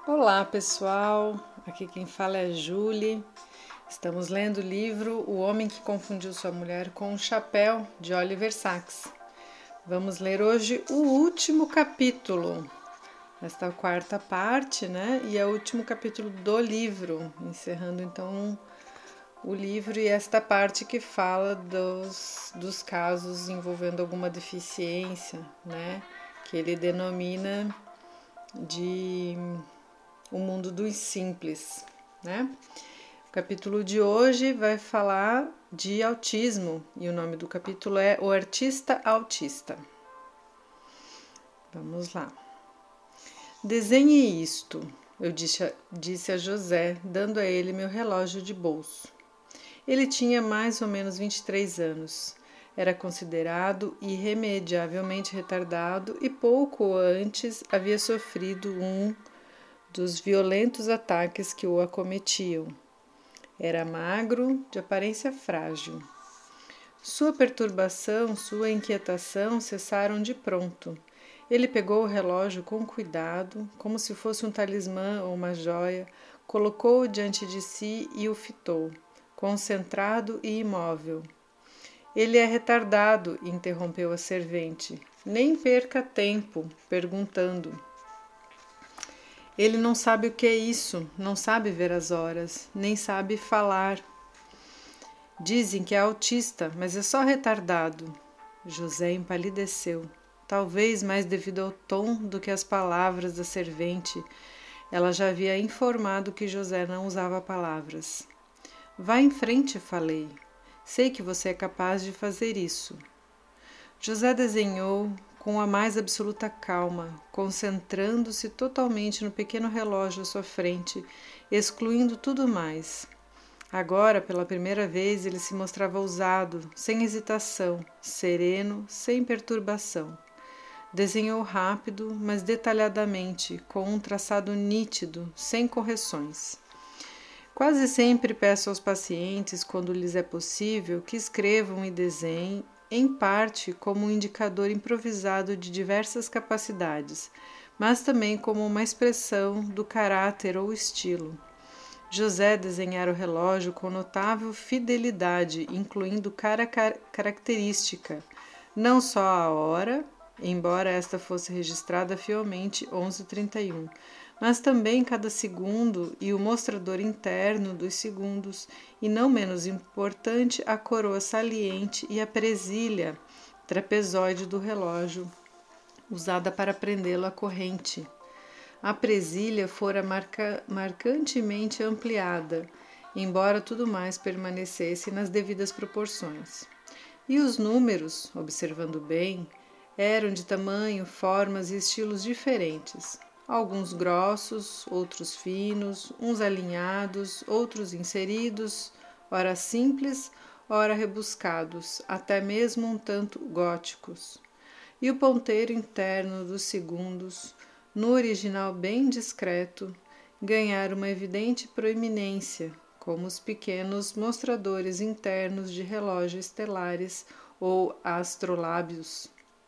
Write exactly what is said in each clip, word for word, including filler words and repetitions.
Olá pessoal, aqui quem fala é a Julie. Estamos lendo o livro O Homem que Confundiu Sua Mulher com um Chapéu, de Oliver Sacks. Vamos ler hoje o último capítulo, esta quarta parte, né? E é o último capítulo do livro, encerrando então o livro e esta parte que fala dos, dos casos envolvendo alguma deficiência, né? Que ele denomina de o mundo dos simples, né? O capítulo de hoje vai falar de autismo e o nome do capítulo é O Artista Autista. Vamos lá. Desenhe isto, eu disse a, disse a José, dando a ele meu relógio de bolso. Ele tinha mais ou menos vinte e três anos. Era considerado irremediavelmente retardado e pouco antes havia sofrido um dos violentos ataques que o acometiam. Era magro, de aparência frágil. Sua perturbação, sua inquietação cessaram de pronto. Ele pegou o relógio com cuidado, como se fosse um talismã ou uma joia, colocou-o diante de si e o fitou, concentrado e imóvel. Ele é retardado, interrompeu a servente. Nem perca tempo perguntando. Ele não sabe o que é isso, não sabe ver as horas, nem sabe falar. Dizem que é autista, mas é só retardado. José empalideceu, talvez mais devido ao tom do que às palavras da servente. Ela já havia informado que José não usava palavras. Vá em frente, falei. Sei que você é capaz de fazer isso. José desenhou com a mais absoluta calma, concentrando-se totalmente no pequeno relógio à sua frente, excluindo tudo mais. Agora, pela primeira vez, ele se mostrava ousado, sem hesitação, sereno, sem perturbação. Desenhou rápido, mas detalhadamente, com um traçado nítido, sem correções. Quase sempre peço aos pacientes, quando lhes é possível, que escrevam e desenhem, em parte como um indicador improvisado de diversas capacidades, mas também como uma expressão do caráter ou estilo. José desenhara o relógio com notável fidelidade, incluindo cada característica, não só a hora, embora esta fosse registrada fielmente onze e trinta e um, mas também cada segundo e o mostrador interno dos segundos, e não menos importante, a coroa saliente e a presilha trapezoide do relógio, usada para prendê-lo à corrente. A presilha fora marca, marcantemente ampliada, embora tudo mais permanecesse nas devidas proporções. E os números, observando bem, eram de tamanho, formas e estilos diferentes. Alguns grossos, outros finos, uns alinhados, outros inseridos, ora simples, ora rebuscados, até mesmo um tanto góticos. E o ponteiro interno dos segundos, no original bem discreto, ganhara uma evidente proeminência, como os pequenos mostradores internos de relógios estelares ou astrolábios.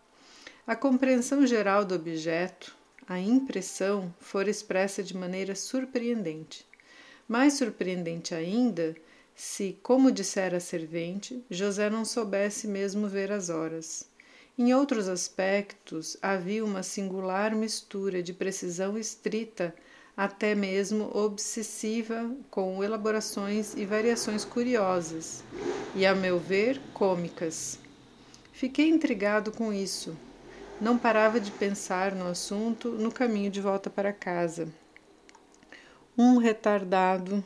A compreensão geral do objeto, a impressão, fora expressa de maneira surpreendente. Mais surpreendente ainda, se, como dissera a servente, José não soubesse mesmo ver as horas. Em outros aspectos, havia uma singular mistura de precisão estrita, até mesmo obsessiva, com elaborações e variações curiosas, e, a meu ver, cômicas. Fiquei intrigado com isso. Não parava de pensar no assunto no caminho de volta para casa. Um retardado,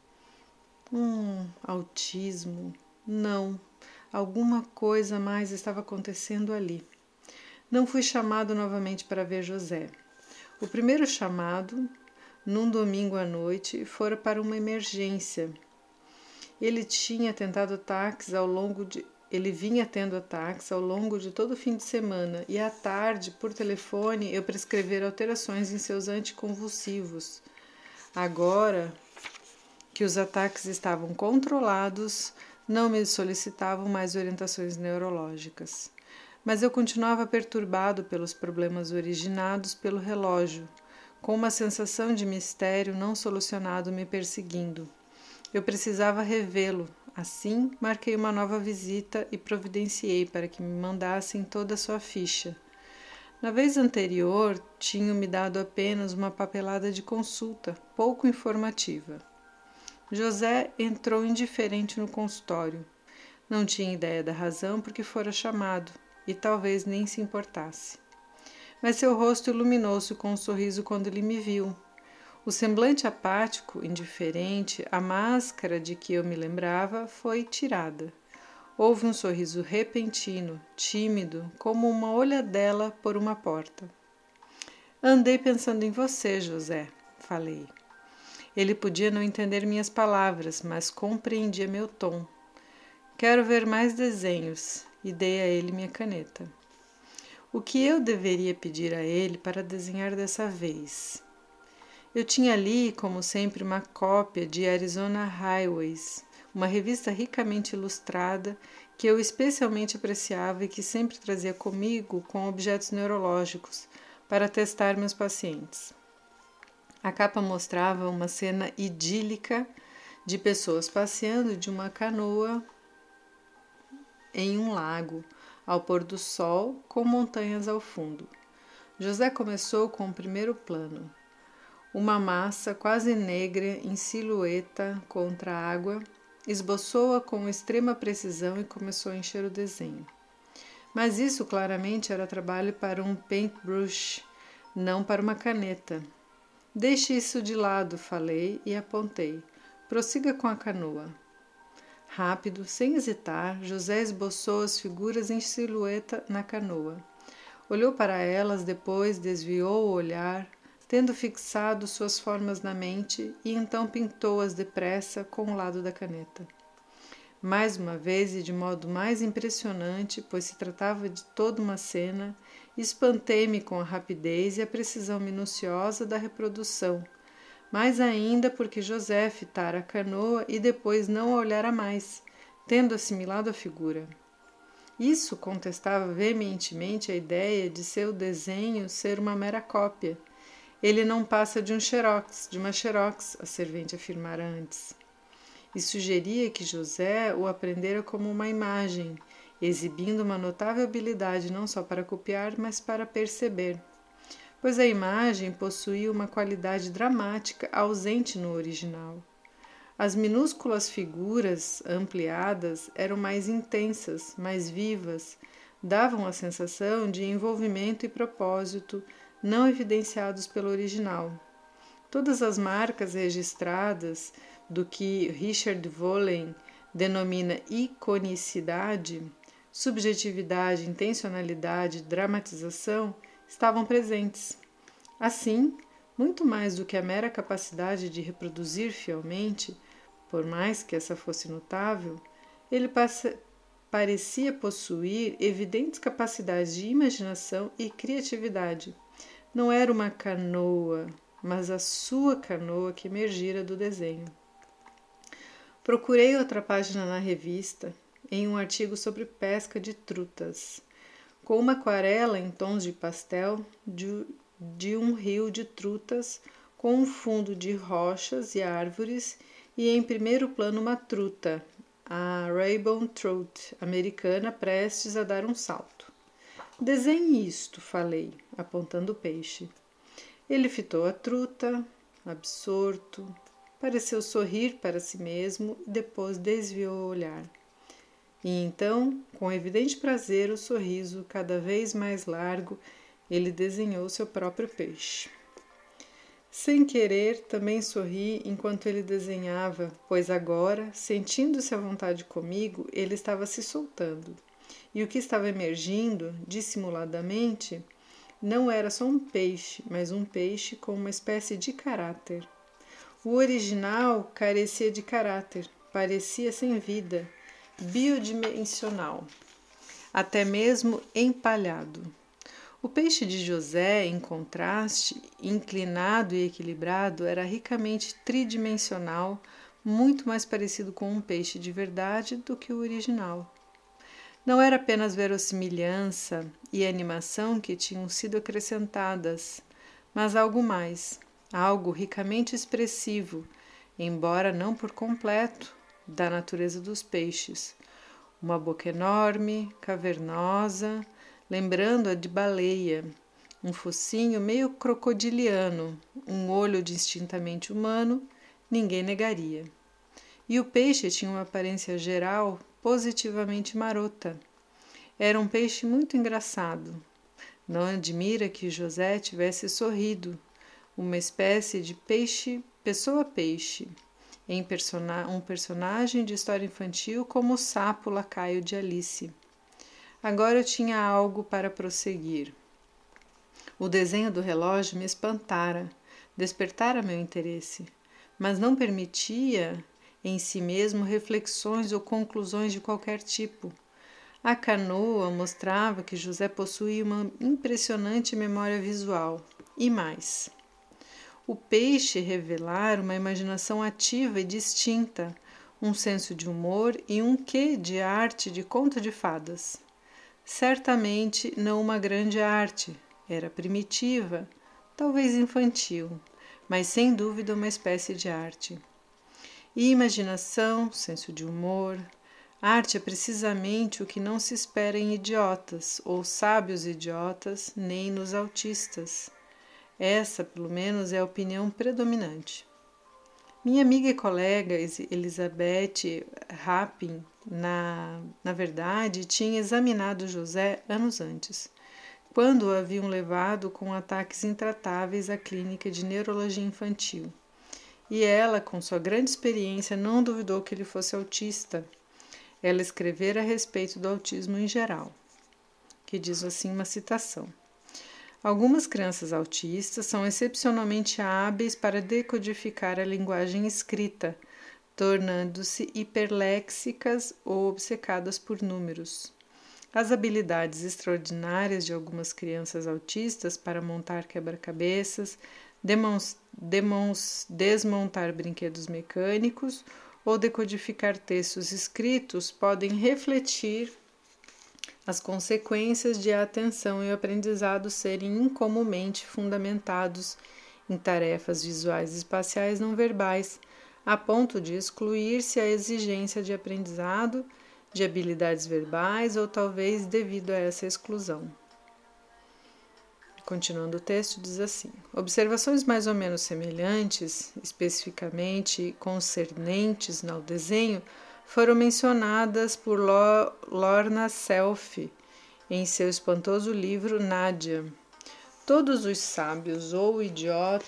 um autismo, não, alguma coisa mais estava acontecendo ali. Não fui chamado novamente para ver José. O primeiro chamado, num domingo à noite, fora para uma emergência. Ele tinha tentado ataques ao longo de Ele vinha tendo ataques ao longo de todo o fim de semana e à tarde, por telefone, eu prescrevera alterações em seus anticonvulsivos. Agora que os ataques estavam controlados, não me solicitavam mais orientações neurológicas. Mas eu continuava perturbado pelos problemas originados pelo relógio, com uma sensação de mistério não solucionado me perseguindo. Eu precisava revê-lo. Assim, marquei uma nova visita e providenciei para que me mandassem toda a sua ficha. Na vez anterior, tinham-me dado apenas uma papelada de consulta, pouco informativa. José entrou indiferente no consultório. Não tinha ideia da razão por que fora chamado, e talvez nem se importasse. Mas seu rosto iluminou-se com um sorriso quando ele me viu. O semblante apático, indiferente, a máscara de que eu me lembrava, foi tirada. Houve um sorriso repentino, tímido, como uma olhadela por uma porta. Andei pensando em você, José, falei. Ele podia não entender minhas palavras, mas compreendia meu tom. Quero ver mais desenhos, e dei a ele minha caneta. O que eu deveria pedir a ele para desenhar dessa vez? Eu tinha ali, como sempre, uma cópia de Arizona Highways, uma revista ricamente ilustrada que eu especialmente apreciava e que sempre trazia comigo com objetos neurológicos para testar meus pacientes. A capa mostrava uma cena idílica de pessoas passeando de uma canoa em um lago, ao pôr do sol, com montanhas ao fundo. José começou com o primeiro plano. Uma massa quase negra em silhueta contra a água, esboçou-a com extrema precisão e começou a encher o desenho. Mas isso claramente era trabalho para um paintbrush, não para uma caneta. Deixe isso de lado, falei e apontei. Prossiga com a canoa. Rápido, sem hesitar, José esboçou as figuras em silhueta na canoa. Olhou para elas, depois desviou o olhar, tendo fixado suas formas na mente, e então pintou-as depressa com o lado da caneta. Mais uma vez e de modo mais impressionante, pois se tratava de toda uma cena, espantei-me com a rapidez e a precisão minuciosa da reprodução, mais ainda porque José fitara a canoa e depois não a olhara mais, tendo assimilado a figura. Isso contestava veementemente a ideia de seu desenho ser uma mera cópia. Ele não passa de um xerox, de uma xerox, a servente afirmara antes. E sugeria que José o aprendera como uma imagem, exibindo uma notável habilidade não só para copiar, mas para perceber, pois a imagem possuía uma qualidade dramática ausente no original. As minúsculas figuras ampliadas eram mais intensas, mais vivas, davam a sensação de envolvimento e propósito, não evidenciados pelo original. Todas as marcas registradas do que Richard Volley denomina iconicidade, subjetividade, intencionalidade, dramatização, estavam presentes. Assim, muito mais do que a mera capacidade de reproduzir fielmente, por mais que essa fosse notável, ele parecia possuir evidentes capacidades de imaginação e criatividade. Não era uma canoa, mas a sua canoa que emergira do desenho. Procurei outra página na revista, em um artigo sobre pesca de trutas, com uma aquarela em tons de pastel de, de um rio de trutas com um fundo de rochas e árvores e em primeiro plano uma truta, a Rainbow Trout, americana, prestes a dar um salto. Desenhe isto, falei, apontando o peixe. Ele fitou a truta, absorto, pareceu sorrir para si mesmo e depois desviou o olhar. E então, com evidente prazer, o sorriso cada vez mais largo, ele desenhou seu próprio peixe. Sem querer, também sorri enquanto ele desenhava, pois agora, sentindo-se à vontade comigo, ele estava se soltando. E o que estava emergindo, dissimuladamente, não era só um peixe, mas um peixe com uma espécie de caráter. O original carecia de caráter, parecia sem vida, bidimensional, até mesmo empalhado. O peixe de José, em contraste, inclinado e equilibrado, era ricamente tridimensional, muito mais parecido com um peixe de verdade do que o original. Não era apenas verossimilhança e animação que tinham sido acrescentadas, mas algo mais, algo ricamente expressivo, embora não por completo, da natureza dos peixes. Uma boca enorme, cavernosa, lembrando a de baleia, um focinho meio crocodiliano, um olho distintamente humano, ninguém negaria. E o peixe tinha uma aparência geral positivamente marota. Era um peixe muito engraçado. Não admira que José tivesse sorrido, uma espécie de peixe, pessoa-peixe, em persona- um personagem de história infantil como o sapo lacaio de Alice. Agora eu tinha algo para prosseguir. O desenho do relógio me espantara, despertara meu interesse, mas não permitia em si mesmo reflexões ou conclusões de qualquer tipo. A canoa mostrava que José possuía uma impressionante memória visual. E mais, o peixe revelara uma imaginação ativa e distinta, um senso de humor e um quê de arte de conto de fadas. Certamente não uma grande arte, era primitiva, talvez infantil, mas sem dúvida uma espécie de arte. E imaginação, senso de humor, arte é precisamente o que não se espera em idiotas ou sábios idiotas, nem nos autistas. Essa, pelo menos, é a opinião predominante. Minha amiga e colega Elizabeth Rapin, na, na verdade, tinha examinado José anos antes, quando o haviam levado com ataques intratáveis à clínica de neurologia infantil. E ela, com sua grande experiência, não duvidou que ele fosse autista. Ela escrevera a respeito do autismo em geral, que diz assim uma citação. Algumas crianças autistas são excepcionalmente hábeis para decodificar a linguagem escrita, tornando-se hiperléxicas ou obcecadas por números. As habilidades extraordinárias de algumas crianças autistas para montar quebra-cabeças, desmontar brinquedos mecânicos ou decodificar textos escritos podem refletir as consequências de a atenção e o aprendizado serem incomumente fundamentados em tarefas visuais e espaciais não verbais, a ponto de excluir-se a exigência de aprendizado de habilidades verbais ou talvez devido a essa exclusão. Continuando o texto, diz assim: observações mais ou menos semelhantes, especificamente concernentes ao desenho, foram mencionadas por Lorna Self em seu espantoso livro Nádia. Todos os sábios ou idiotas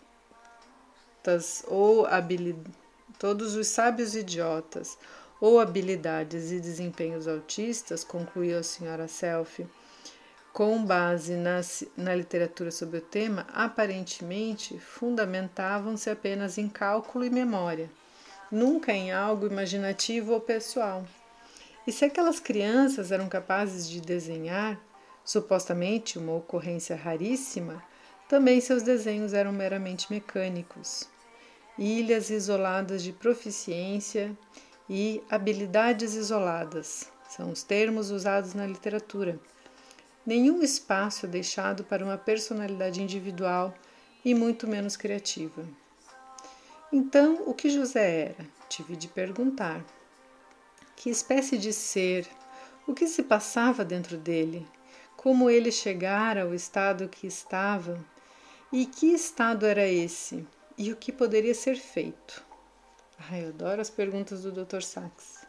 ou habilidades, todos os sábios idiotas ou habilidades e desempenhos autistas, concluiu a senhora Self, com base na, na literatura sobre o tema, aparentemente fundamentavam-se apenas em cálculo e memória, nunca em algo imaginativo ou pessoal. E se aquelas crianças eram capazes de desenhar, supostamente uma ocorrência raríssima, também seus desenhos eram meramente mecânicos. Ilhas isoladas de proficiência e habilidades isoladas são os termos usados na literatura. Nenhum espaço é deixado para uma personalidade individual e muito menos criativa. Então, o que José era? Tive de perguntar. Que espécie de ser? O que se passava dentro dele? Como ele chegara ao estado que estava? E que estado era esse? E o que poderia ser feito? Ai, eu adoro as perguntas do doutor Sachs.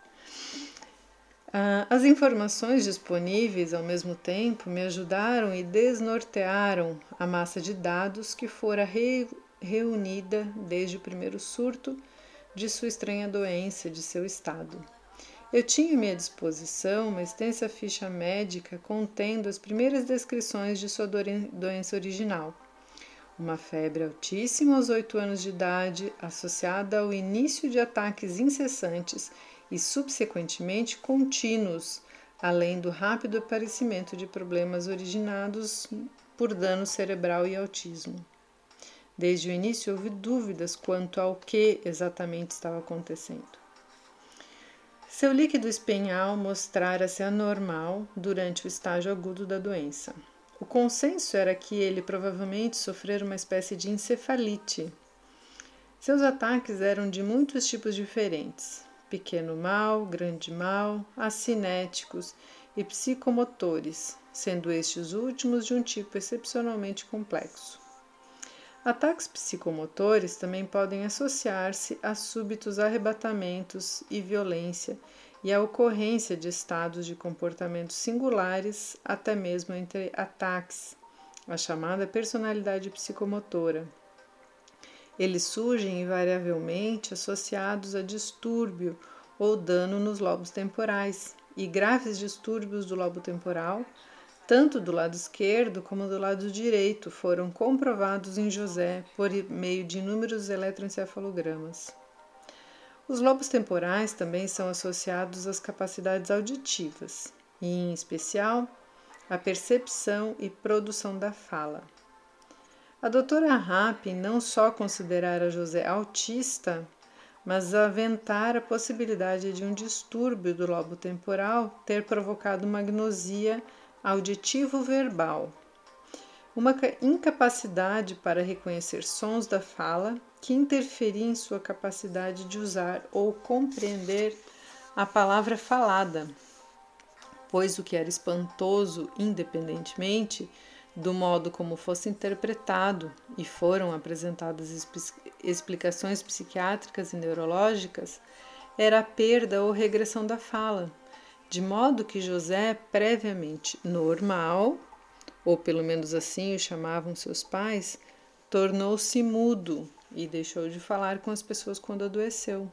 As informações disponíveis ao mesmo tempo me ajudaram e desnortearam a massa de dados que fora re- reunida desde o primeiro surto de sua estranha doença, de seu estado. Eu tinha à minha disposição uma extensa ficha médica contendo as primeiras descrições de sua doença original. Uma febre altíssima aos oito anos de idade, associada ao início de ataques incessantes e subsequentemente contínuos, além do rápido aparecimento de problemas originados por dano cerebral e autismo. Desde o início houve dúvidas quanto ao que exatamente estava acontecendo. Seu líquido espinhal mostrara-se anormal durante o estágio agudo da doença. O consenso era que ele provavelmente sofrera uma espécie de encefalite. Seus ataques eram de muitos tipos diferentes: pequeno mal, grande mal, acinéticos e psicomotores, sendo estes últimos de um tipo excepcionalmente complexo. Ataques psicomotores também podem associar-se a súbitos arrebatamentos e violência e a ocorrência de estados de comportamentos singulares, até mesmo entre ataques, a chamada personalidade psicomotora. Eles surgem invariavelmente associados a distúrbio ou dano nos lobos temporais, e graves distúrbios do lobo temporal, tanto do lado esquerdo como do lado direito, foram comprovados em José por meio de inúmeros eletroencefalogramas. Os lobos temporais também são associados às capacidades auditivas, e, em especial, à percepção e produção da fala. A doutora Rapp não só considerara José autista, mas aventara a possibilidade de um distúrbio do lobo temporal ter provocado uma agnosia auditivo-verbal, uma incapacidade para reconhecer sons da fala que interferia em sua capacidade de usar ou compreender a palavra falada, pois o que era espantoso, independentemente do modo como fosse interpretado e foram apresentadas explicações psiquiátricas e neurológicas, era a perda ou regressão da fala, de modo que José, previamente normal, ou pelo menos assim o chamavam seus pais, tornou-se mudo e deixou de falar com as pessoas quando adoeceu.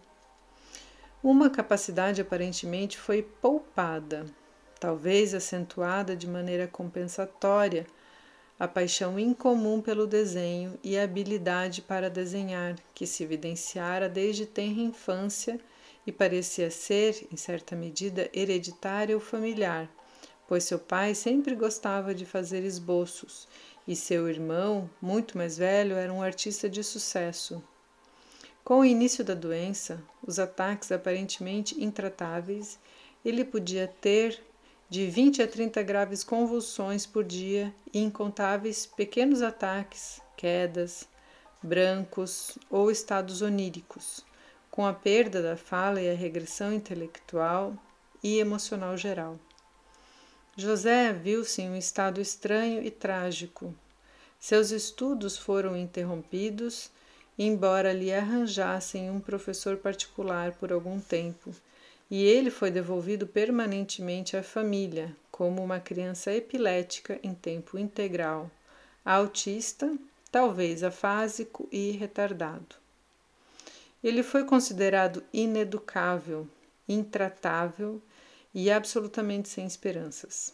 Uma capacidade aparentemente foi poupada, talvez acentuada de maneira compensatória, a paixão incomum pelo desenho e a habilidade para desenhar, que se evidenciara desde tenra infância e parecia ser, em certa medida, hereditária ou familiar, pois seu pai sempre gostava de fazer esboços e seu irmão, muito mais velho, era um artista de sucesso. Com o início da doença, os ataques aparentemente intratáveis, ele podia ter de vinte a trinta graves convulsões por dia e incontáveis pequenos ataques, quedas, brancos ou estados oníricos, com a perda da fala e a regressão intelectual e emocional geral. José viu-se em um estado estranho e trágico. Seus estudos foram interrompidos, embora lhe arranjassem um professor particular por algum tempo, e ele foi devolvido permanentemente à família, como uma criança epilética em tempo integral, autista, talvez afásico e retardado. Ele foi considerado ineducável, intratável e absolutamente sem esperanças.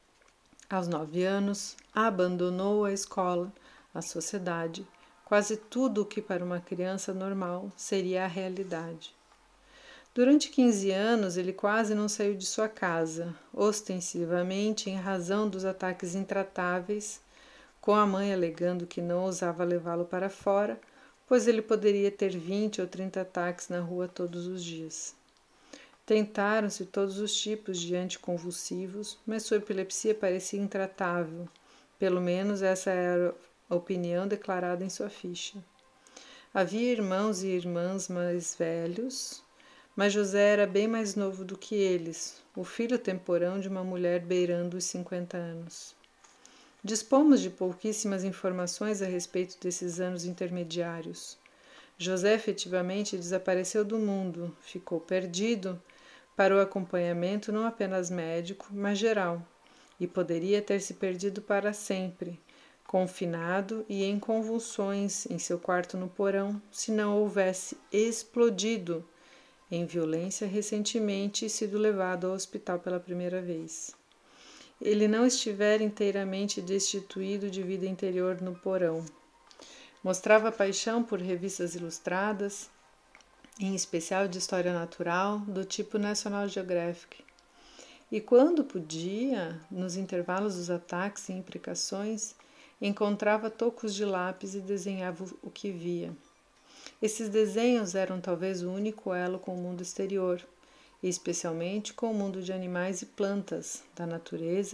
Aos nove anos, abandonou a escola, a sociedade, quase tudo o que para uma criança normal seria a realidade. Durante quinze anos, ele quase não saiu de sua casa, ostensivamente em razão dos ataques intratáveis, com a mãe alegando que não ousava levá-lo para fora, pois ele poderia ter vinte ou trinta ataques na rua todos os dias. Tentaram-se todos os tipos de anticonvulsivos, mas sua epilepsia parecia intratável. Pelo menos essa era a opinião declarada em sua ficha. Havia irmãos e irmãs mais velhos, mas José era bem mais novo do que eles, o filho temporão de uma mulher beirando os cinquenta anos. Dispomos de pouquíssimas informações a respeito desses anos intermediários. José efetivamente desapareceu do mundo, ficou perdido para o acompanhamento não apenas médico, mas geral, e poderia ter se perdido para sempre, confinado e em convulsões em seu quarto no porão, se não houvesse explodido em violência recentemente sido levado ao hospital pela primeira vez. Ele não estivera inteiramente destituído de vida interior no porão. Mostrava paixão por revistas ilustradas, em especial de história natural, do tipo National Geographic. E quando podia, nos intervalos dos ataques e imprecações, encontrava tocos de lápis e desenhava o que via. Esses desenhos eram talvez o único elo com o mundo exterior, e especialmente com o mundo de animais e plantas, da natureza,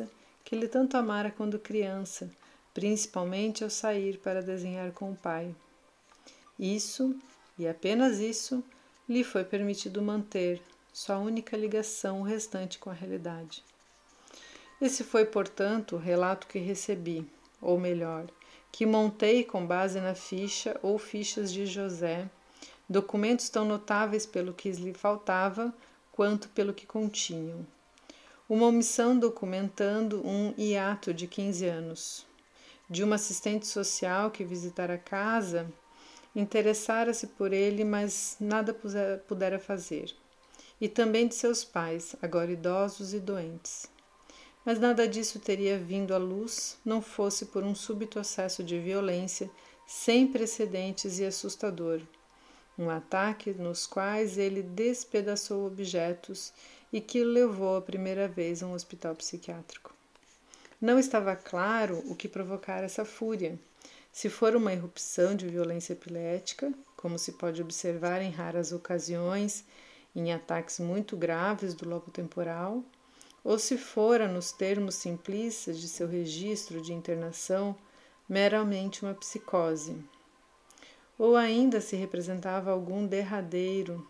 que ele tanto amara quando criança, principalmente ao sair para desenhar com o pai. Isso, e apenas isso, lhe foi permitido manter, sua única ligação restante com a realidade. Esse foi, portanto, o relato que recebi, ou melhor, que montei com base na ficha ou fichas de José, documentos tão notáveis pelo que lhe faltava quanto pelo que continham. Uma omissão documentando um hiato de quinze anos, de uma assistente social que visitara a casa, interessara-se por ele, mas nada pudera fazer, e também de seus pais, agora idosos e doentes. Mas nada disso teria vindo à luz, não fosse por um súbito acesso de violência sem precedentes e assustador, um ataque nos quais ele despedaçou objetos e que o levou a primeira vez a um hospital psiquiátrico. Não estava claro o que provocara essa fúria, se for uma erupção de violência epilética, como se pode observar em raras ocasiões em ataques muito graves do lobo temporal, ou se fora, nos termos simplistas de seu registro de internação, meramente uma psicose, ou ainda se representava algum derradeiro,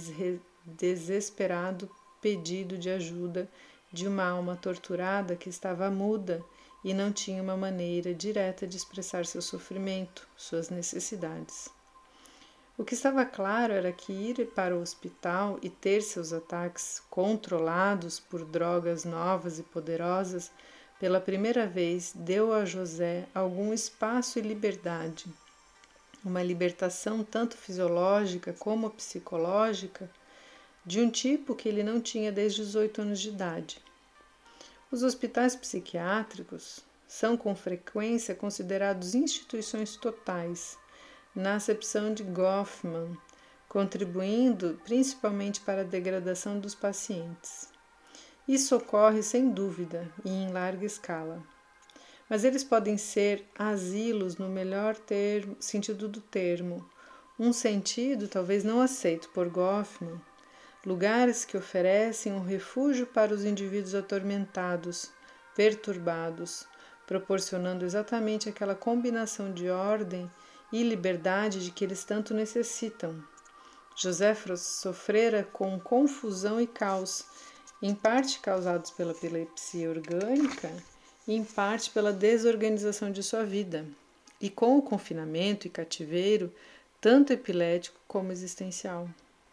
desesperado pedido de ajuda de uma alma torturada que estava muda e não tinha uma maneira direta de expressar seu sofrimento, suas necessidades. O que estava claro era que ir para o hospital e ter seus ataques controlados por drogas novas e poderosas pela primeira vez deu a José algum espaço e liberdade, uma libertação tanto fisiológica como psicológica, de um tipo que ele não tinha desde os oito anos de idade. Os hospitais psiquiátricos são com frequência considerados instituições totais, na acepção de Goffman, contribuindo principalmente para a degradação dos pacientes. Isso ocorre sem dúvida e em larga escala. Mas eles podem ser asilos no melhor termo, sentido do termo, um sentido talvez não aceito por Goffman, lugares que oferecem um refúgio para os indivíduos atormentados, perturbados, proporcionando exatamente aquela combinação de ordem e liberdade de que eles tanto necessitam. José sofrera com confusão e caos, em parte causados pela epilepsia orgânica e em parte pela desorganização de sua vida, e com o confinamento e cativeiro, tanto epilético como existencial.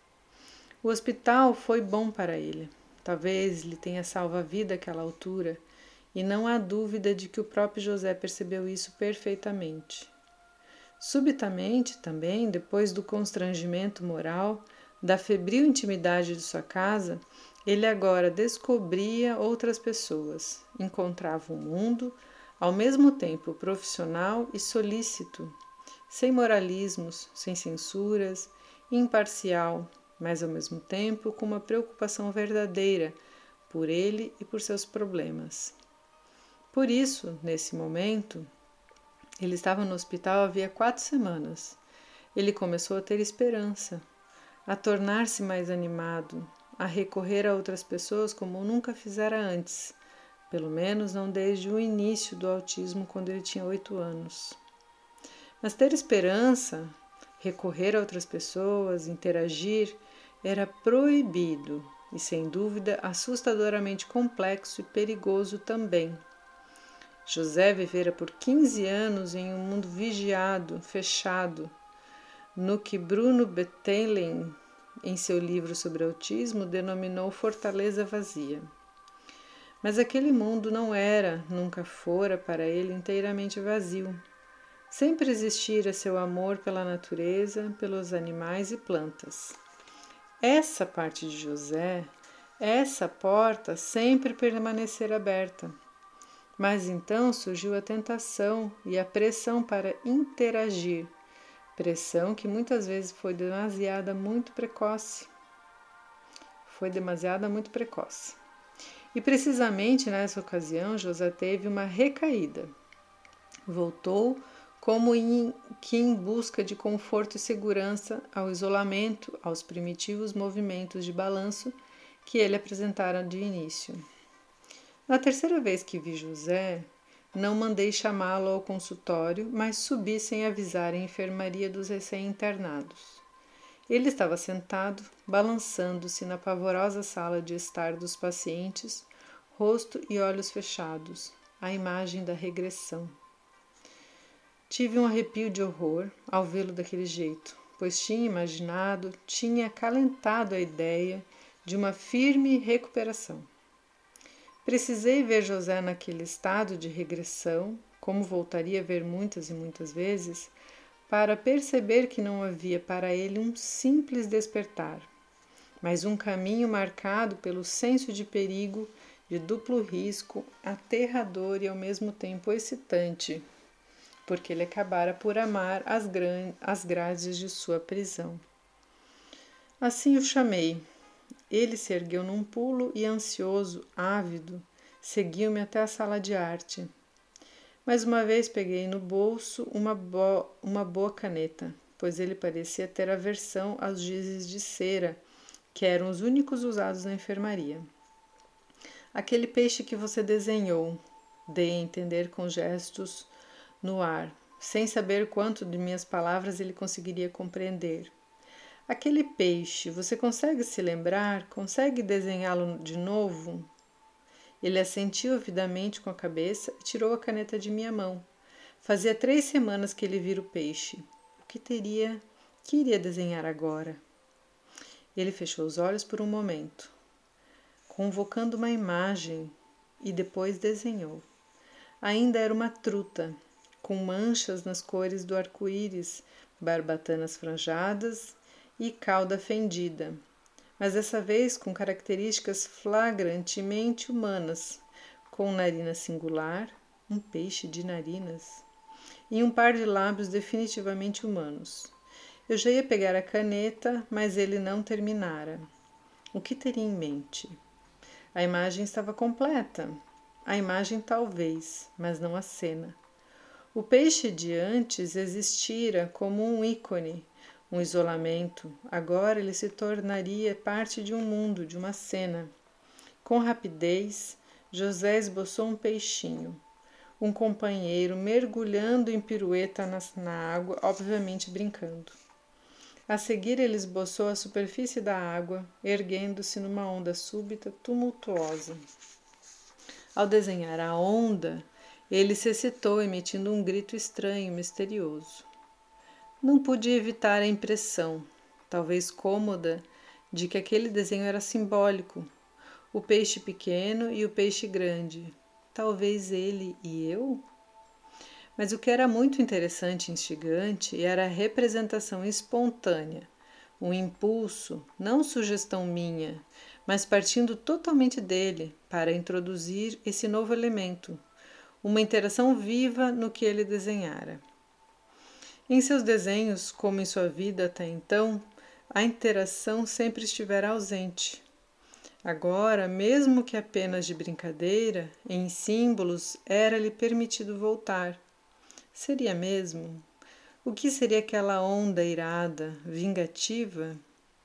O hospital foi bom para ele, talvez lhe tenha salvo a vida àquela altura, e não há dúvida de que o próprio José percebeu isso perfeitamente. Subitamente, também, depois do constrangimento moral, da febril intimidade de sua casa, ele agora descobria outras pessoas, encontrava um mundo, ao mesmo tempo profissional e solícito, sem moralismos, sem censuras, imparcial, mas ao mesmo tempo com uma preocupação verdadeira por ele e por seus problemas. Por isso, nesse momento, ele estava no hospital havia quatro semanas. Ele começou a ter esperança, a tornar-se mais animado, a recorrer a outras pessoas como nunca fizera antes, pelo menos não desde o início do autismo, quando ele tinha oito anos. Mas ter esperança, recorrer a outras pessoas, interagir, era proibido e, sem dúvida, assustadoramente complexo e perigoso também. José vivera por quinze anos em um mundo vigiado, fechado, no que Bruno Bettelheim, em seu livro sobre autismo, denominou fortaleza vazia. Mas aquele mundo não era, nunca fora para ele inteiramente vazio. Sempre existira seu amor pela natureza, pelos animais e plantas. Essa parte de José, essa porta sempre permanecera aberta. Mas então surgiu a tentação e a pressão para interagir, pressão que muitas vezes foi demasiada muito precoce. Foi demasiada muito precoce. E precisamente nessa ocasião, José teve uma recaída. Voltou como em, que em busca de conforto e segurança ao isolamento, aos primitivos movimentos de balanço que ele apresentara de início. Na terceira vez que vi José, não mandei chamá-lo ao consultório, mas subi sem avisar a enfermaria dos recém-internados. Ele estava sentado, balançando-se na pavorosa sala de estar dos pacientes, rosto e olhos fechados, a imagem da regressão. Tive um arrepio de horror ao vê-lo daquele jeito, pois tinha imaginado, tinha acalentado a ideia de uma firme recuperação. Precisei ver José naquele estado de regressão, como voltaria a ver muitas e muitas vezes, para perceber que não havia para ele um simples despertar, mas um caminho marcado pelo senso de perigo, de duplo risco, aterrador e ao mesmo tempo excitante, porque ele acabara por amar as, gran- as grades de sua prisão. Assim o chamei. Ele se ergueu num pulo e, ansioso, ávido, seguiu-me até a sala de arte. Mais uma vez peguei no bolso uma, bo uma boa caneta, pois ele parecia ter aversão aos gizes de cera, que eram os únicos usados na enfermaria. Aquele peixe que você desenhou, dei a entender com gestos no ar, sem saber quanto de minhas palavras ele conseguiria compreender. Aquele peixe, você consegue se lembrar? Consegue desenhá-lo de novo? Ele assentiu avidamente com a cabeça e tirou a caneta de minha mão. Fazia três semanas que ele vira o peixe. O que teria, que iria desenhar agora? Ele fechou os olhos por um momento, convocando uma imagem, e depois desenhou. Ainda era uma truta, com manchas nas cores do arco-íris, barbatanas franjadas e cauda fendida, mas dessa vez com características flagrantemente humanas, com narina singular, um peixe de narinas, e um par de lábios definitivamente humanos. Eu já ia pegar a caneta, mas ele não terminara. O que teria em mente? A imagem estava completa. A imagem talvez, mas não a cena. O peixe de antes existira como um ícone, um isolamento. Agora ele se tornaria parte de um mundo, de uma cena. Com rapidez, José esboçou um peixinho, um companheiro mergulhando em pirueta na, na água, obviamente brincando. A seguir ele esboçou a superfície da água, erguendo-se numa onda súbita, tumultuosa. Ao desenhar a onda, ele se excitou, emitindo um grito estranho, misterioso. Não pude evitar a impressão, talvez cômoda, de que aquele desenho era simbólico. O peixe pequeno e o peixe grande. Talvez ele e eu? Mas o que era muito interessante e instigante era a representação espontânea, um impulso, não sugestão minha, mas partindo totalmente dele para introduzir esse novo elemento, uma interação viva no que ele desenhara. Em seus desenhos, como em sua vida até então, a interação sempre estivera ausente. Agora, mesmo que apenas de brincadeira, em símbolos, era-lhe permitido voltar. Seria mesmo? O que seria aquela onda irada, vingativa?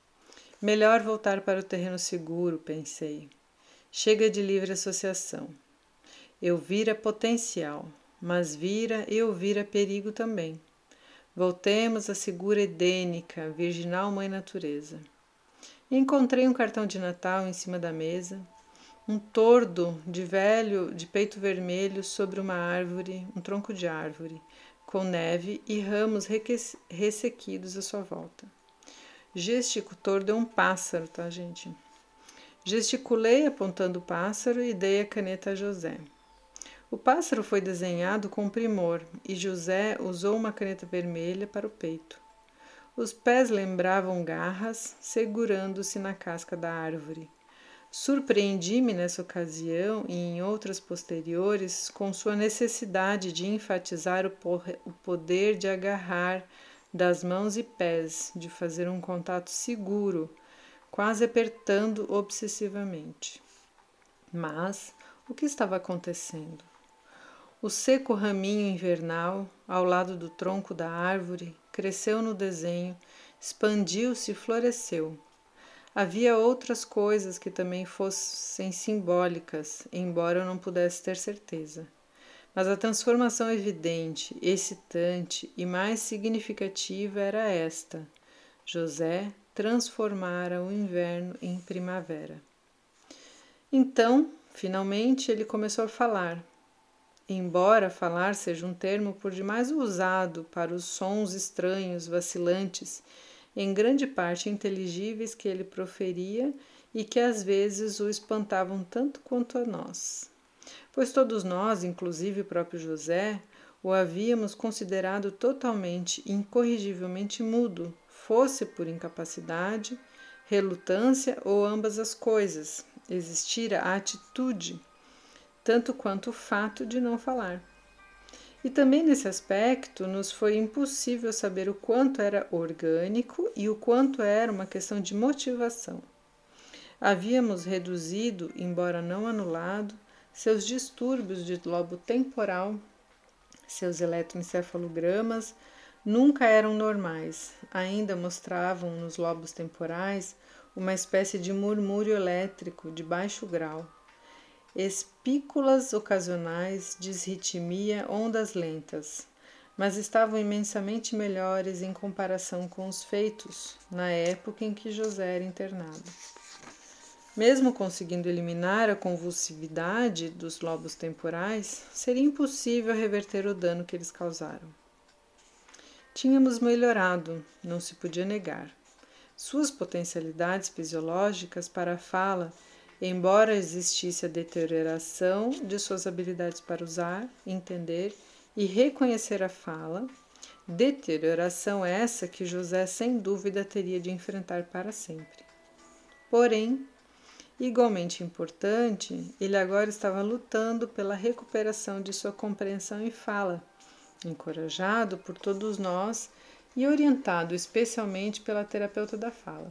Melhor voltar para o terreno seguro, pensei. Chega de livre associação. Eu vira potencial, mas vira eu vira perigo também. Voltemos à segura edênica, virginal mãe natureza. Encontrei um cartão de Natal em cima da mesa, um tordo de velho de peito vermelho sobre uma árvore, um tronco de árvore, com neve e ramos ressequidos à sua volta. Gestico, tordo é um pássaro, tá, gente? Gesticulei apontando o pássaro e dei a caneta a José. O pássaro foi desenhado com primor e José usou uma caneta vermelha para o peito. Os pés lembravam garras, segurando-se na casca da árvore. Surpreendi-me nessa ocasião e em outras posteriores com sua necessidade de enfatizar o, o poder de agarrar das mãos e pés, de fazer um contato seguro, quase apertando obsessivamente. Mas o que estava acontecendo? O seco raminho invernal, ao lado do tronco da árvore, cresceu no desenho, expandiu-se e floresceu. Havia outras coisas que também fossem simbólicas, embora eu não pudesse ter certeza. Mas a transformação evidente, excitante e mais significativa era esta: José transformara o inverno em primavera. Então, finalmente, ele começou a falar. Embora falar seja um termo por demais usado para os sons estranhos, vacilantes, em grande parte inteligíveis que ele proferia e que às vezes o espantavam tanto quanto a nós. Pois todos nós, inclusive o próprio José, o havíamos considerado totalmente e incorrigivelmente mudo, fosse por incapacidade, relutância ou ambas as coisas. Existira a atitude, tanto quanto o fato de não falar. E também nesse aspecto nos foi impossível saber o quanto era orgânico e o quanto era uma questão de motivação. Havíamos reduzido, embora não anulado, seus distúrbios de lobo temporal, seus eletroencefalogramas nunca eram normais, ainda mostravam nos lobos temporais uma espécie de murmúrio elétrico de baixo grau. Espículas ocasionais, disritmia, ondas lentas, mas estavam imensamente melhores em comparação com os feitos na época em que José era internado. Mesmo conseguindo eliminar a convulsividade dos lobos temporais, seria impossível reverter o dano que eles causaram. Tínhamos melhorado, não se podia negar. Suas potencialidades fisiológicas para a fala, embora existisse a deterioração de suas habilidades para usar, entender e reconhecer a fala, deterioração essa que José sem dúvida teria de enfrentar para sempre. Porém, igualmente importante, ele agora estava lutando pela recuperação de sua compreensão e fala, encorajado por todos nós e orientado especialmente pela terapeuta da fala.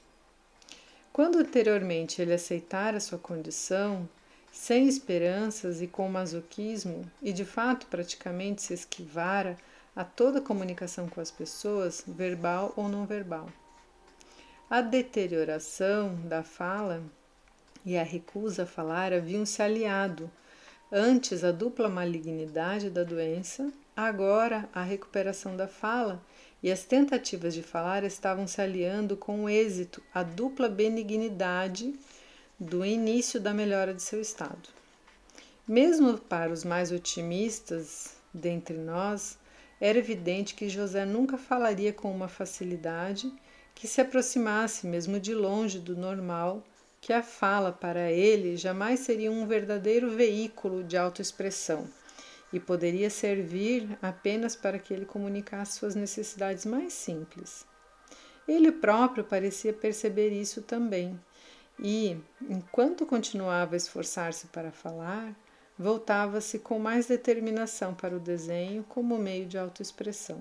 Quando anteriormente ele aceitara sua condição, sem esperanças e com masoquismo, e de fato praticamente se esquivara a toda comunicação com as pessoas, verbal ou não verbal. A deterioração da fala e a recusa a falar haviam se aliado, antes a dupla malignidade da doença, agora a recuperação da fala e as tentativas de falar estavam se aliando com êxito à dupla benignidade do início da melhora de seu estado. Mesmo para os mais otimistas dentre nós, era evidente que José nunca falaria com uma facilidade que se aproximasse mesmo de longe do normal, que a fala para ele jamais seria um verdadeiro veículo de autoexpressão e poderia servir apenas para que ele comunicasse suas necessidades mais simples. Ele próprio parecia perceber isso também e, enquanto continuava a esforçar-se para falar, voltava-se com mais determinação para o desenho como meio de autoexpressão.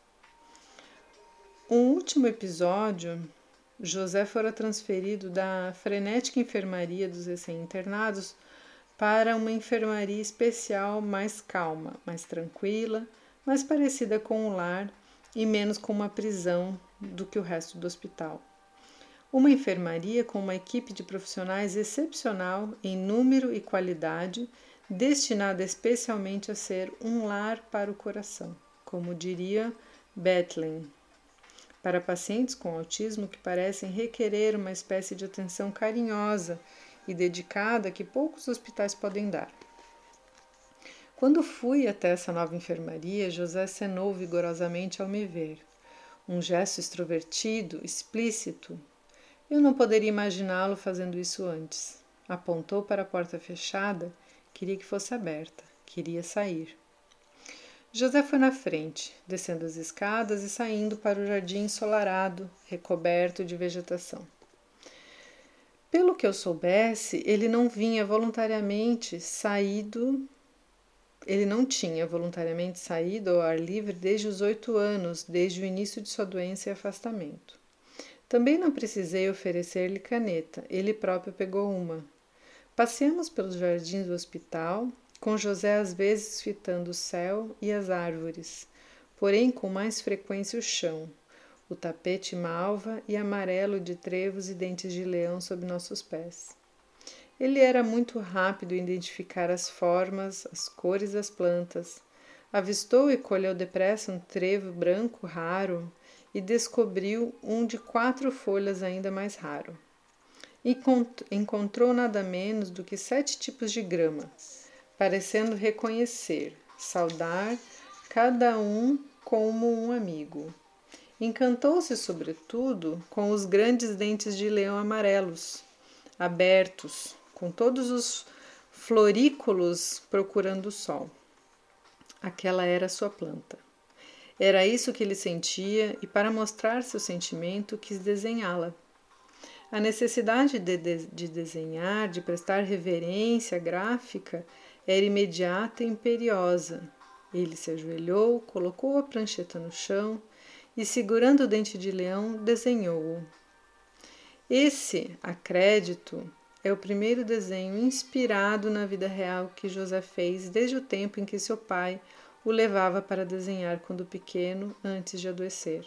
Um último episódio, José fora transferido da frenética enfermaria dos recém-internados para uma enfermaria especial mais calma, mais tranquila, mais parecida com um lar e menos com uma prisão do que o resto do hospital. Uma enfermaria com uma equipe de profissionais excepcional em número e qualidade, destinada especialmente a ser um lar para o coração, como diria Bethlen, para pacientes com autismo que parecem requerer uma espécie de atenção carinhosa e dedicada que poucos hospitais podem dar. Quando fui até essa nova enfermaria, José acenou vigorosamente ao me ver. Um gesto extrovertido, explícito. Eu não poderia imaginá-lo fazendo isso antes. Apontou para a porta fechada, queria que fosse aberta, queria sair. José foi na frente, descendo as escadas e saindo para o jardim ensolarado, recoberto de vegetação. Pelo que eu soubesse, ele não vinha voluntariamente saído, ele não tinha voluntariamente saído ao ar livre desde os oito anos, desde o início de sua doença e afastamento. Também não precisei oferecer-lhe caneta, ele próprio pegou uma. Passeamos pelos jardins do hospital, com José às vezes fitando o céu e as árvores, porém com mais frequência o chão, o tapete malva e amarelo de trevos e dentes de leão sob nossos pés. Ele era muito rápido em identificar as formas, as cores das plantas. Avistou e colheu depressa um trevo branco raro e descobriu um de quatro folhas ainda mais raro. Encontrou nada menos do que sete tipos de grama, parecendo reconhecer, saudar cada um como um amigo. Encantou-se, sobretudo, com os grandes dentes de leão amarelos, abertos, com todos os florículos procurando o sol. Aquela era a sua planta. Era isso que ele sentia e, para mostrar seu sentimento, quis desenhá-la. A necessidade de, de, de desenhar, de prestar reverência gráfica, era imediata e imperiosa. Ele se ajoelhou, colocou a prancheta no chão e, segurando o dente de leão, desenhou-o. Esse, a crédito, é o primeiro desenho inspirado na vida real que José fez desde o tempo em que seu pai o levava para desenhar quando pequeno, antes de adoecer.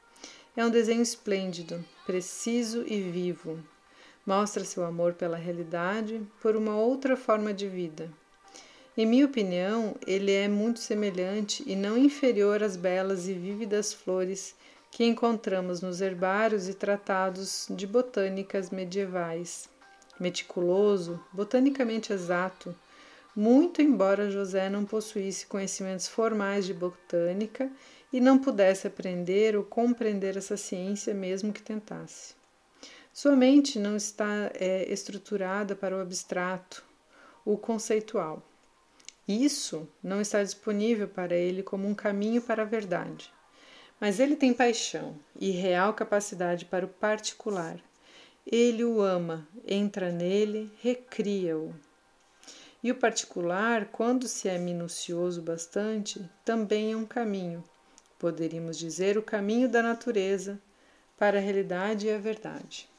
É um desenho esplêndido, preciso e vivo. Mostra seu amor pela realidade, por uma outra forma de vida. Em minha opinião, ele é muito semelhante e não inferior às belas e vívidas flores que encontramos nos herbários e tratados de botânicas medievais. Meticuloso, botanicamente exato, muito embora José não possuísse conhecimentos formais de botânica e não pudesse aprender ou compreender essa ciência mesmo que tentasse. Sua mente não está é, estruturada para o abstrato, o conceitual. Isso não está disponível para ele como um caminho para a verdade. Mas ele tem paixão e real capacidade para o particular. Ele o ama, entra nele, recria-o. E o particular, quando se é minucioso bastante, também é um caminho. Poderíamos dizer o caminho da natureza para a realidade e a verdade.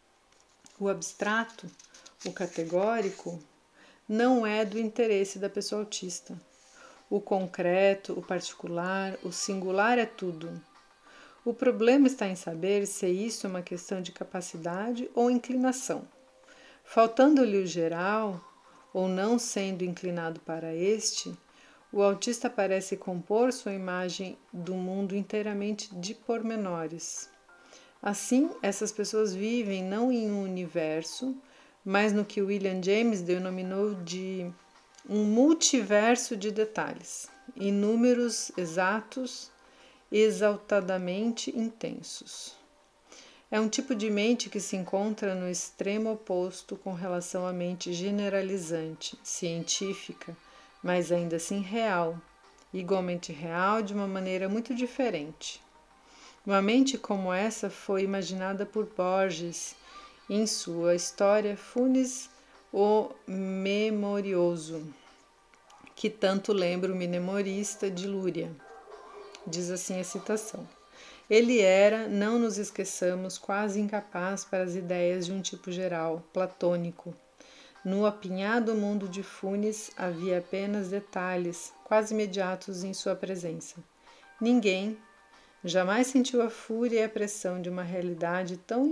O abstrato, o categórico, não é do interesse da pessoa autista. O concreto, o particular, o singular é tudo. O problema está em saber se isso é uma questão de capacidade ou inclinação. Faltando-lhe o geral, ou não sendo inclinado para este, o autista parece compor sua imagem do mundo inteiramente de pormenores. Assim, essas pessoas vivem não em um universo, mas no que William James denominou de um multiverso de detalhes, inúmeros, exatos, exaltadamente intensos. É um tipo de mente que se encontra no extremo oposto com relação à mente generalizante, científica, mas ainda assim real, igualmente real de uma maneira muito diferente. Uma mente como essa foi imaginada por Borges em sua história Funes o Memorioso, que tanto lembra o Mnemorista de Lúria. Diz assim a citação. Ele era, não nos esqueçamos, quase incapaz para as ideias de um tipo geral, platônico. No apinhado mundo de Funes havia apenas detalhes, quase imediatos em sua presença. Ninguém jamais sentiu a fúria e a pressão de uma realidade tão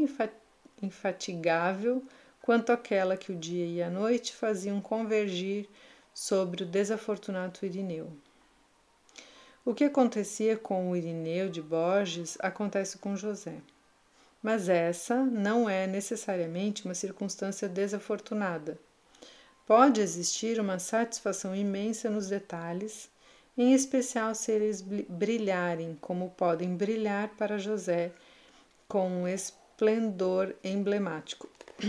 infatigável quanto aquela que o dia e a noite faziam convergir sobre o desafortunado Irineu. O que acontecia com o Irineu de Borges acontece com José. Mas essa não é necessariamente uma circunstância desafortunada. Pode existir uma satisfação imensa nos detalhes, em especial se eles brilharem como podem brilhar para José com um esplendor emblemático.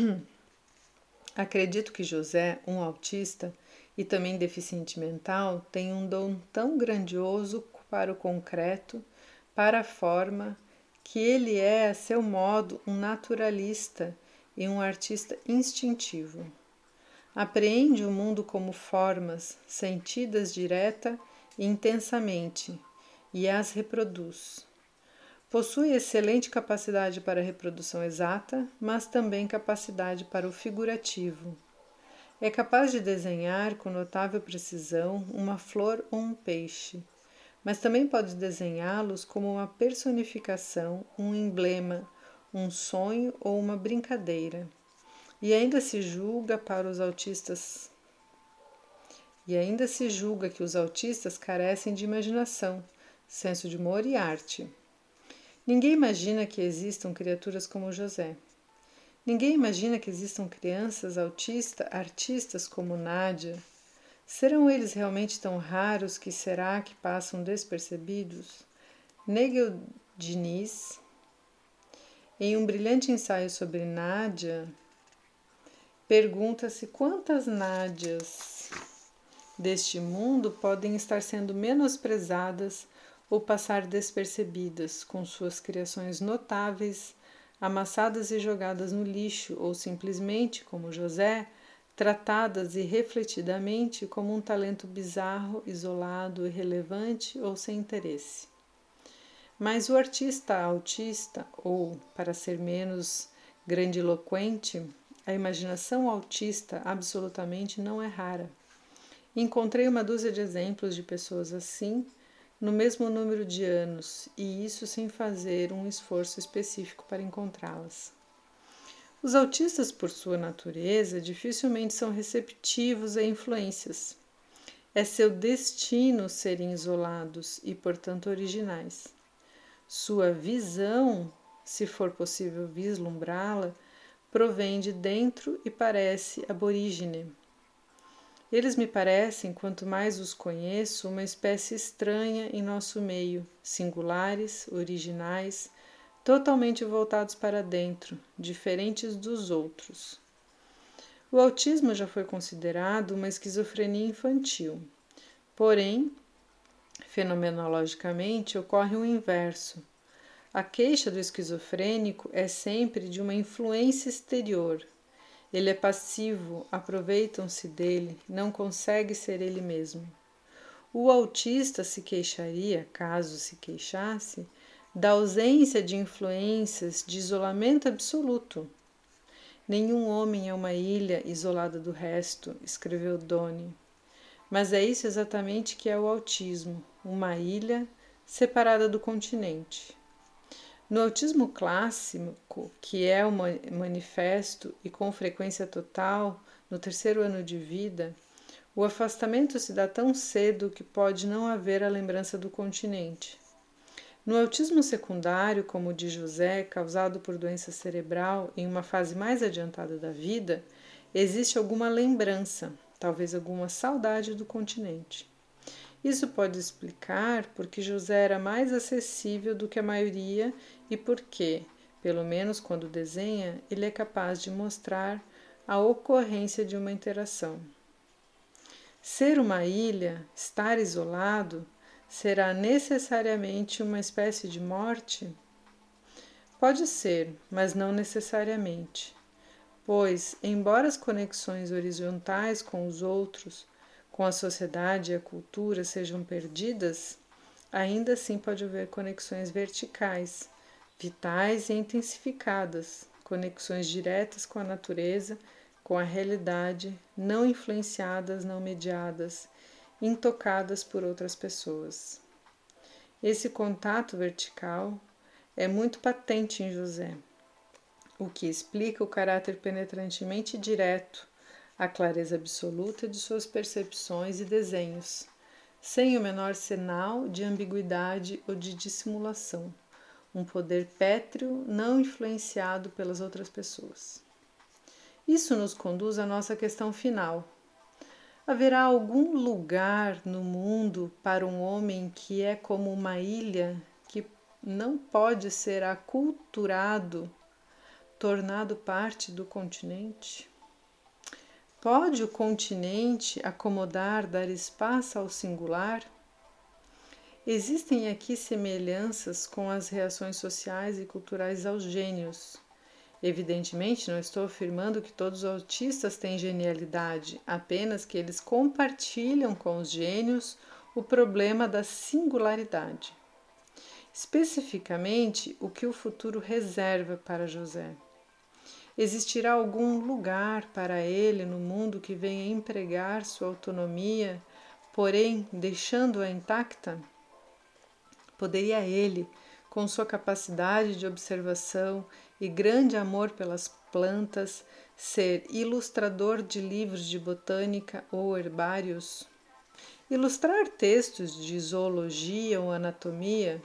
Acredito que José, um autista e também deficiente mental, tem um dom tão grandioso para o concreto, para a forma, que ele é, a seu modo, um naturalista e um artista instintivo. Apreende o mundo como formas, sentidas direta e intensamente, e as reproduz. Possui excelente capacidade para a reprodução exata, mas também capacidade para o figurativo. É capaz de desenhar com notável precisão uma flor ou um peixe, mas também pode desenhá-los como uma personificação, um emblema, um sonho ou uma brincadeira. E ainda se julga para os autistas e ainda se julga que os autistas carecem de imaginação, senso de humor e arte. Ninguém imagina que existam criaturas como José. Ninguém imagina que existam crianças autistas, artistas como Nádia. Serão eles realmente tão raros que será que passam despercebidos? Nigel Diniz, em um brilhante ensaio sobre Nádia, pergunta-se quantas Nádias deste mundo podem estar sendo menosprezadas ou passar despercebidas, com suas criações notáveis, amassadas e jogadas no lixo, ou simplesmente, como José, tratadas irrefletidamente como um talento bizarro, isolado, irrelevante ou sem interesse. Mas o artista autista, ou, para ser menos grandiloquente, a imaginação autista absolutamente não é rara. Encontrei uma dúzia de exemplos de pessoas assim no mesmo número de anos, e isso sem fazer um esforço específico para encontrá-las. Os autistas, por sua natureza, dificilmente são receptivos a influências. É seu destino serem isolados e, portanto, originais. Sua visão, se for possível vislumbrá-la, provém de dentro e parece aborígene. Eles me parecem, quanto mais os conheço, uma espécie estranha em nosso meio, singulares, originais, totalmente voltados para dentro, diferentes dos outros. O autismo já foi considerado uma esquizofrenia infantil. Porém, fenomenologicamente, ocorre o inverso. A queixa do esquizofrênico é sempre de uma influência exterior. Ele é passivo, aproveitam-se dele, não consegue ser ele mesmo. O autista se queixaria, caso se queixasse, da ausência de influências, de isolamento absoluto. Nenhum homem é uma ilha isolada do resto, escreveu Donne. Mas é isso exatamente que é o autismo, uma ilha separada do continente. No autismo clássico, que é o manifesto e com frequência total no terceiro ano de vida, o afastamento se dá tão cedo que pode não haver a lembrança do continente. No autismo secundário, como o de José, causado por doença cerebral em uma fase mais adiantada da vida, existe alguma lembrança, talvez alguma saudade do continente. Isso pode explicar por que José era mais acessível do que a maioria e por que, pelo menos quando desenha, ele é capaz de mostrar a ocorrência de uma interação. Ser uma ilha, estar isolado, será necessariamente uma espécie de morte? Pode ser, mas não necessariamente, pois, embora as conexões horizontais com os outros, com a sociedade e a cultura sejam perdidas, ainda assim pode haver conexões verticais, vitais e intensificadas, conexões diretas com a natureza, com a realidade, não influenciadas, não mediadas, intocadas por outras pessoas. Esse contato vertical é muito patente em José, o que explica o caráter penetrantemente direto, a clareza absoluta de suas percepções e desenhos, sem o menor sinal de ambiguidade ou de dissimulação, um poder pétreo não influenciado pelas outras pessoas. Isso nos conduz à nossa questão final. Haverá algum lugar no mundo para um homem que é como uma ilha que não pode ser aculturado, tornado parte do continente? Pode o continente acomodar, dar espaço ao singular? Existem aqui semelhanças com as reações sociais e culturais aos gênios. Evidentemente, não estou afirmando que todos os autistas têm genialidade, apenas que eles compartilham com os gênios o problema da singularidade. Especificamente, o que o futuro reserva para José. Existirá algum lugar para ele no mundo que venha empregar sua autonomia, porém deixando-a intacta? Poderia ele, com sua capacidade de observação e grande amor pelas plantas, ser ilustrador de livros de botânica ou herbários? Ilustrar textos de zoologia ou anatomia?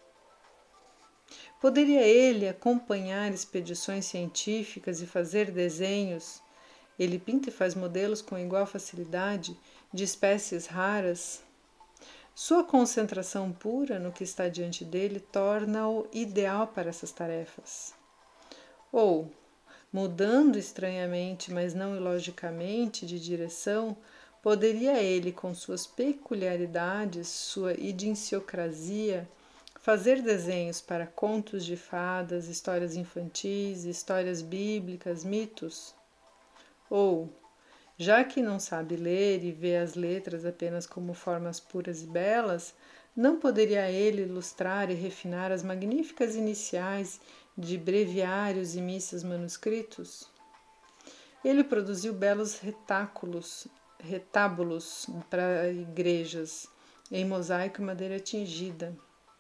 Poderia ele acompanhar expedições científicas e fazer desenhos? Ele pinta e faz modelos com igual facilidade de espécies raras? Sua concentração pura no que está diante dele torna-o ideal para essas tarefas. Ou, mudando estranhamente, mas não ilogicamente, de direção, poderia ele, com suas peculiaridades, sua idiosincrasia, fazer desenhos para contos de fadas, histórias infantis, histórias bíblicas, mitos? Ou, já que não sabe ler e vê as letras apenas como formas puras e belas, não poderia ele ilustrar e refinar as magníficas iniciais de breviários e missas manuscritos? Ele produziu belos retáculos, retábulos para igrejas, em mosaico e madeira tingida.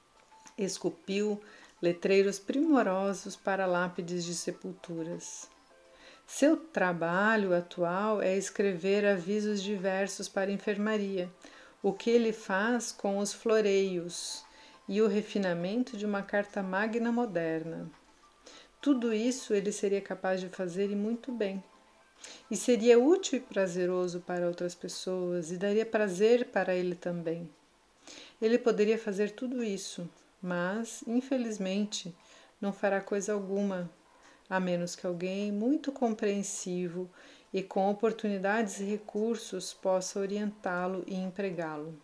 Esculpiu letreiros primorosos para lápides de sepulturas. Seu trabalho atual é escrever avisos diversos para a enfermaria, o que ele faz com os floreios e o refinamento de uma carta magna moderna. Tudo isso ele seria capaz de fazer e muito bem. E seria útil e prazeroso para outras pessoas e daria prazer para ele também. Ele poderia fazer tudo isso, mas, infelizmente, não fará coisa alguma, a menos que alguém muito compreensivo e com oportunidades e recursos possa orientá-lo e empregá-lo.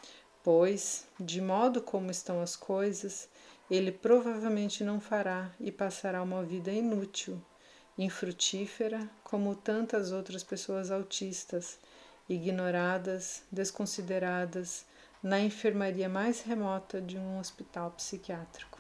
Pois, de modo como estão as coisas, ele provavelmente não fará e passará uma vida inútil, infrutífera, como tantas outras pessoas autistas, ignoradas, desconsideradas, na enfermaria mais remota de um hospital psiquiátrico.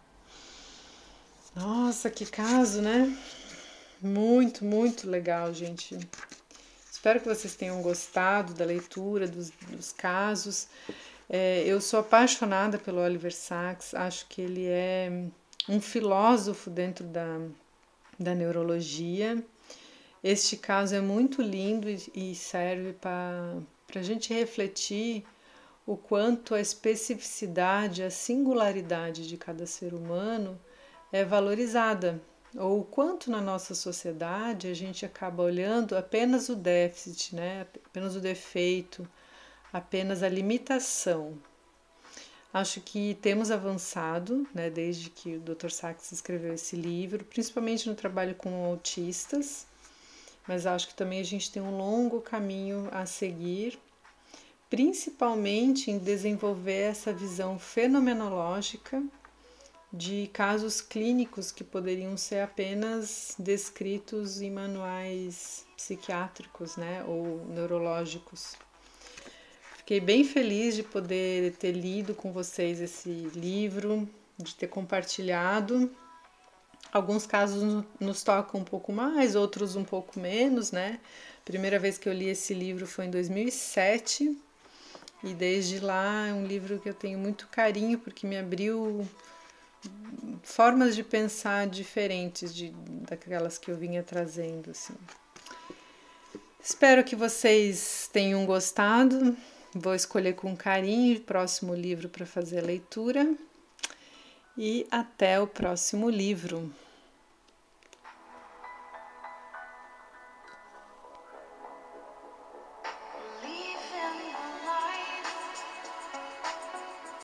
Nossa, que caso, né? Muito, muito legal, gente. Espero que vocês tenham gostado da leitura, dos, dos casos. É, eu sou apaixonada pelo Oliver Sacks, acho que ele é um filósofo dentro da, da neurologia. Este caso é muito lindo e, e serve para a gente refletir o quanto a especificidade, a singularidade de cada ser humano é valorizada, ou o quanto na nossa sociedade a gente acaba olhando apenas o déficit, né? Apenas o defeito, apenas a limitação. Acho que temos avançado, né, desde que o doutor Sacks escreveu esse livro, principalmente no trabalho com autistas, mas acho que também a gente tem um longo caminho a seguir, principalmente em desenvolver essa visão fenomenológica de casos clínicos que poderiam ser apenas descritos em manuais psiquiátricos, né, ou neurológicos. Fiquei bem feliz de poder ter lido com vocês esse livro, de ter compartilhado. Alguns casos nos tocam um pouco mais, outros um pouco menos, né? A primeira vez que eu li esse livro foi em dois mil e sete e desde lá é um livro que eu tenho muito carinho porque me abriu formas de pensar diferentes de, daquelas que eu vinha trazendo, assim. Espero que vocês tenham gostado. Vou escolher com carinho o próximo livro para fazer a leitura. E até o próximo livro.